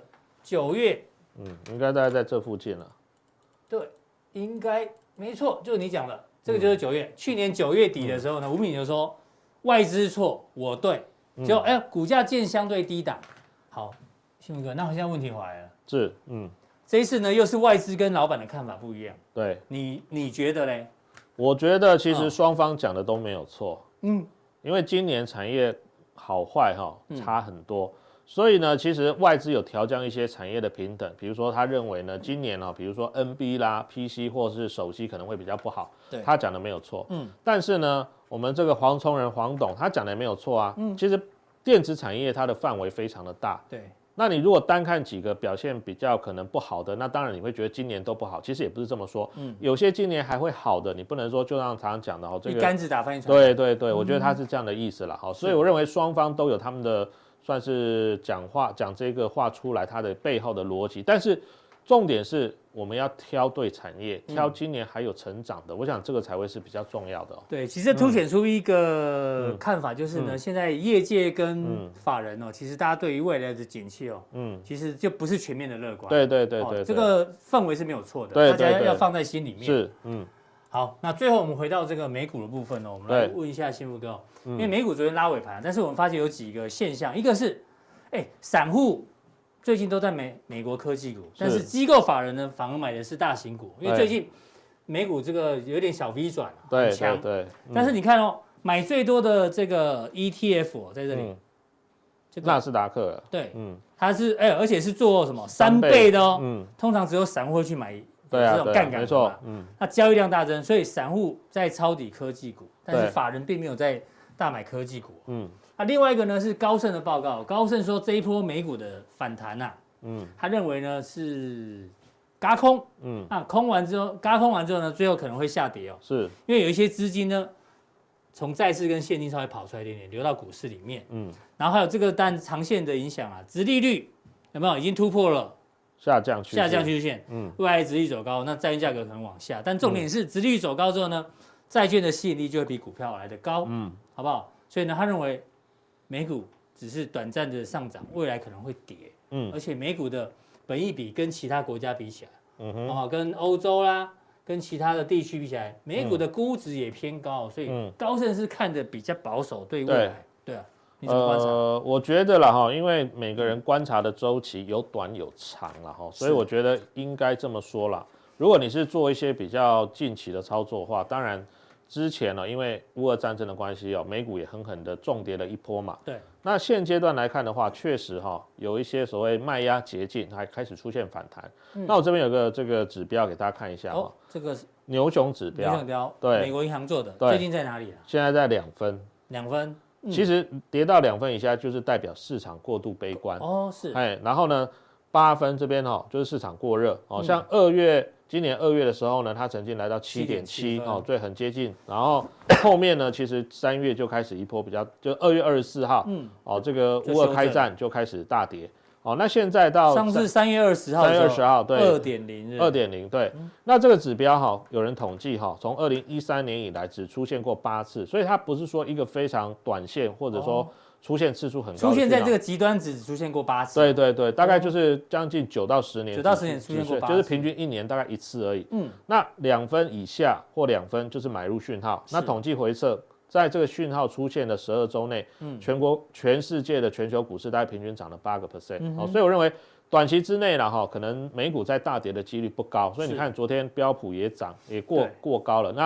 [SPEAKER 2] ？9月，
[SPEAKER 3] 应该大概在这附近了。
[SPEAKER 2] 对，应该没错，就是你讲的，这个就是9月。去年9月底的时候呢，吴敏球说外资错，我对，结果股价见相对低档。好，新闻哥，那好像问题回来了。
[SPEAKER 3] 是，
[SPEAKER 2] 这一次呢，又是外资跟老板的看法不一样。
[SPEAKER 3] 对，
[SPEAKER 2] 你觉得嘞？
[SPEAKER 3] 我觉得其实双方讲的都没有错。因为今年产业好坏差很多，所以呢，其实外资有调降一些产业的平等，比如说他认为呢，今年比如说 NB 啦、PC 或是手机可能会比较不好。对，他讲的没有错。但是呢，我们这个黄崇仁黄董他讲的也没有错啊。其实电子产业它的范围非常的大。
[SPEAKER 2] 对。
[SPEAKER 3] 那你如果单看几个表现比较可能不好的，那当然你会觉得今年都不好，其实也不是这么说。有些今年还会好的，你不能说就像常常讲的这个
[SPEAKER 2] 一竿子打翻一船。
[SPEAKER 3] 对，我觉得他是这样的意思啦。所以我认为双方都有他们的算是讲这个话出来，它的背后的逻辑，但是重点是我们要挑对产业，挑今年还有成长的，我想这个才会是比较重要的。
[SPEAKER 2] 对，其实凸显出一个看法，就是呢，现在业界跟法人其实大家对于未来的景气其实就不是全面的乐观。
[SPEAKER 3] 对，
[SPEAKER 2] 这个氛围是没有错的，大家要放在心里面。
[SPEAKER 3] 是，
[SPEAKER 2] 好，那最后我们回到这个美股的部分我们来问一下幸福哥因为美股昨天拉尾盘，但是我们发现有几个现象，一个是，散户最近都在美国科技股，但是机构法人呢反而买的是大型股，因为最近美股这个有点小 V 转，很强。对。但是你看买最多的这个 ETF 在这里，
[SPEAKER 3] 纳斯达克。
[SPEAKER 2] 对，它是而且是做什么3倍的通常只有散户会去买这种杠杆，没错。那交易量大增，所以散户在抄底科技股，但是法人并没有在大买科技股。那另外一个呢是高盛的报告，高盛说这一波美股的反弹他认为呢是轧空，那轧空完之后呢，最后可能会下跌是因为有一些资金呢从债市跟现金稍微跑出来一点点，流到股市里面，然后还有这个长线的影响殖利率有没有已经突破了
[SPEAKER 3] 下降趋
[SPEAKER 2] 势线，未来殖利率走高，那债券价格可能往下，但重点是殖利率走高之后呢，债券的吸引力就会比股票来得高，好不好？所以呢，他认为美股只是短暂的上涨，未来可能会跌，而且美股的本益比跟其他国家比起来，跟欧洲啦，跟其他的地区比起来，美股的估值也偏高，所以高盛是看得比较保守，对未来，对啊，你怎么观察？
[SPEAKER 3] 我觉得啦因为每个人观察的周期有短有长啦所以我觉得应该这么说啦。如果你是做一些比较近期的操作的话，当然。之前因为乌俄战争的关系美股也狠狠的重跌了一波嘛。
[SPEAKER 2] 对。
[SPEAKER 3] 那现阶段来看的话，确实有一些所谓卖压竭尽，还开始出现反弹。那我这边有个这个指标给大家看一下
[SPEAKER 2] 这个
[SPEAKER 3] 牛熊指标。
[SPEAKER 2] 牛熊指标，对，美国银行做的，最近在哪里
[SPEAKER 3] 现在在2分。
[SPEAKER 2] 2分。
[SPEAKER 3] 其实跌到2分以下，就是代表市场过度悲观。
[SPEAKER 2] 是。
[SPEAKER 3] 然后呢，8分这边就是市场过热。像今年2月的时候呢，它曾经来到7.7对，很接近。然后后面呢，其实3月就开始一波比较，就2月24号，这个乌俄开战就开始大跌。那现在到
[SPEAKER 2] 上次3月20号
[SPEAKER 3] ，3月20号，对
[SPEAKER 2] ，2.0，
[SPEAKER 3] 对。那这个指标有人统计从2013年以来只出现过8次，所以它不是说一个非常短线，或者说。出现次数很高，
[SPEAKER 2] 出现在这个极端值只出现过8次，
[SPEAKER 3] 对，大概就是将近9到10年，9
[SPEAKER 2] 到10年出现过8次，
[SPEAKER 3] 就是平均1年大概1次而已。那2分以下或2分就是买入讯号。那统计回测，在这个讯号出现的12周内，全世界的全球股市大概平均涨了8%。所以我认为短期之内可能美股在大跌的几率不高。所以你看昨天标普也涨，也过高了。那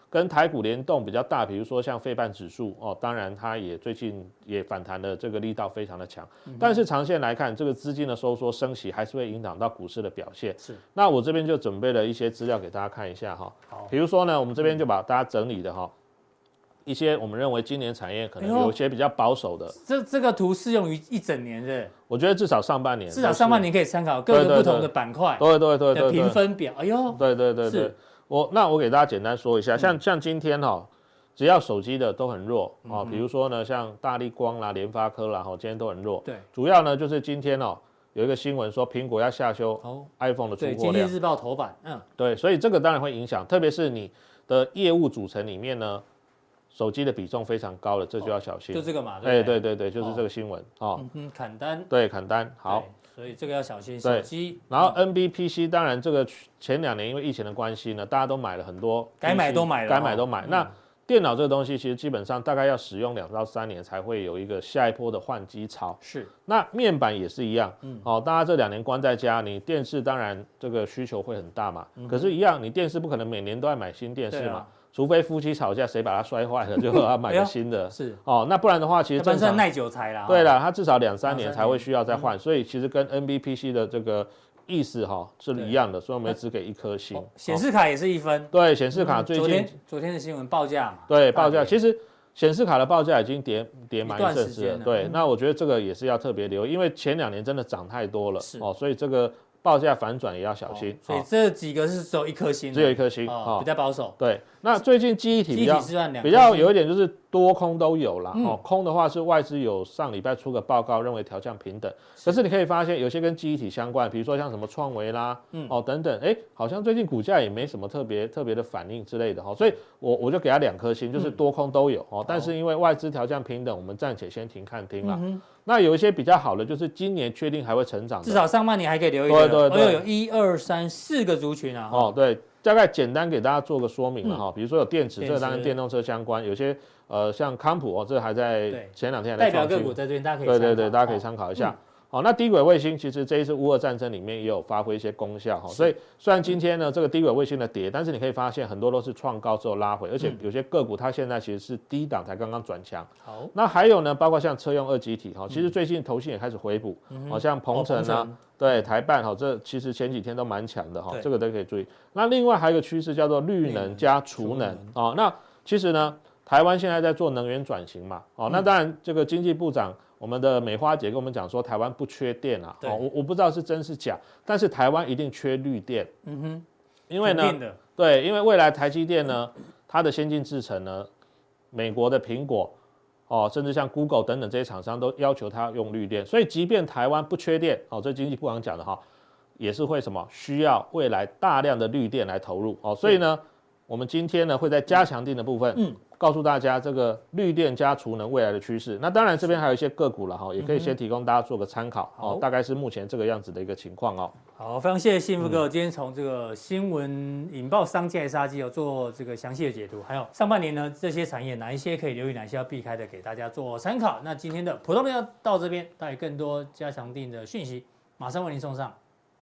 [SPEAKER 3] 跟台股联动比较大，比如说像费半指数哦，当然它也最近也反弹的这个力道非常的强，但是长线来看，这个资金的收缩升息还是会影响到股市的表现。
[SPEAKER 2] 是，
[SPEAKER 3] 那我这边就准备了一些资料给大家看一下哈，比如说呢，我们这边就把大家整理的哈。一些我们认为今年产业可能有一些比较保守的，
[SPEAKER 2] 这个图适用于一整年的，
[SPEAKER 3] 我觉得至少上半年，
[SPEAKER 2] 至少上半年可以参考各个不同的板块，
[SPEAKER 3] 对
[SPEAKER 2] 的评分表。哎呦，
[SPEAKER 3] 对，我给大家简单说一下，像今天哈，只要手机的都很弱哦，比如说呢，像大立光啦、联发科啦，今天都很弱。
[SPEAKER 2] 对，
[SPEAKER 3] 主要呢就是今天哦有一个新闻说苹果要下修 iPhone 的出货量，
[SPEAKER 2] 对，经济日报头版，
[SPEAKER 3] 对，所以这个当然会影响，特别是你的业务组成里面呢。手机的比重非常高了，这就要小心。
[SPEAKER 2] 就这个嘛，
[SPEAKER 3] 对，就是这个新闻哦。
[SPEAKER 2] 砍单。
[SPEAKER 3] 对，砍单好。
[SPEAKER 2] 所以这个要小心。手机。
[SPEAKER 3] 然后 NBPC 当然这个前2年因为疫情的关系呢，大家都买了很多，
[SPEAKER 2] 该买都买了，
[SPEAKER 3] 该买都买。那电脑这个东西其实基本上大概要使用2到3年才会有一个下一波的换机潮。
[SPEAKER 2] 是。
[SPEAKER 3] 那面板也是一样，大家这2年关在家，你电视当然这个需求会很大嘛，可是一样，你电视不可能每年都要买新电视嘛。除非夫妻吵架，谁把它摔坏了，就要买个新的。
[SPEAKER 2] 是
[SPEAKER 3] 那不然的话，其实正常
[SPEAKER 2] 耐久材啦。
[SPEAKER 3] 对啦，它至少2、3年才会需要再换，所以其实跟 NBPC 的这个意思是一样的，所以我们只给1颗星。
[SPEAKER 2] 显示卡也是1分。
[SPEAKER 3] 对，显示卡最近
[SPEAKER 2] 昨天的新闻报价嘛。
[SPEAKER 3] 对，报价其实显示卡的报价已经跌满一阵子了。对，那我觉得这个也是要特别留意，因为前2年真的涨太多了所以这个。报价反转也要小心，
[SPEAKER 2] 所以这几个是只有1颗星，
[SPEAKER 3] 只有1颗星，
[SPEAKER 2] 比较保守。
[SPEAKER 3] 对，那最近记忆体比较有一点就是多空都有啦。空的话是外资有上礼拜出个报告，认为调降平等。可是你可以发现有些跟记忆体相关，比如说像什么创维啦，等等，好像最近股价也没什么特别的反应之类的所以我就给它2颗星，就是多空都有但是因为外资调降平等，我们暂且先停看听啦。那有一些比较好的，就是今年确定还会成长的，
[SPEAKER 2] 至少上半年还可以留一个。对，有1、2、3、4个族群啊。
[SPEAKER 3] 对，大概简单给大家做个说明了比如说有电池，这个当然跟电动车相关，有些像康普这还在前2天还在
[SPEAKER 2] 代表个股在这边，大家可以
[SPEAKER 3] 对，大家可以参考一下。那低轨卫星其实这一次乌俄战争里面也有发挥一些功效所以虽然今天呢这个低轨卫星的跌，但是你可以发现很多都是创高之后拉回，而且有些个股它现在其实是低档才刚刚转强。
[SPEAKER 2] 好，
[SPEAKER 3] 那还有呢，包括像车用2极体其实最近投信也开始回补，像鹏程啊，对，台半这其实前几天都蛮强的这个都可以注意。那另外还有一个趋势叫做绿能加储能那其实呢，台湾现在在做能源转型嘛那当然这个经济部长。我们的美花姐跟我们讲说，台湾不缺电啊，我不知道是真是假，但是台湾一定缺绿电，因为呢，对，因为未来台积电呢，它的先进制程呢，美国的苹果甚至像 Google 等等这些厂商都要求它用绿电，所以即便台湾不缺电这经济部长讲的也是会什么需要未来大量的绿电来投入所以呢，我们今天呢会在加强定的部分，告诉大家这个绿电加储能未来的趋势。那当然这边还有一些个股了也可以先提供大家做个参考大概是目前这个样子的一个情况
[SPEAKER 2] 好，非常谢谢幸福哥，今天从这个新闻引爆商机还是杀机做这个详细的解读，还有上半年呢这些产业哪一些可以留意，哪一些要避开的，给大家做参考。那今天的普通人到这边，带来更多加强定的讯息，马上为您送上。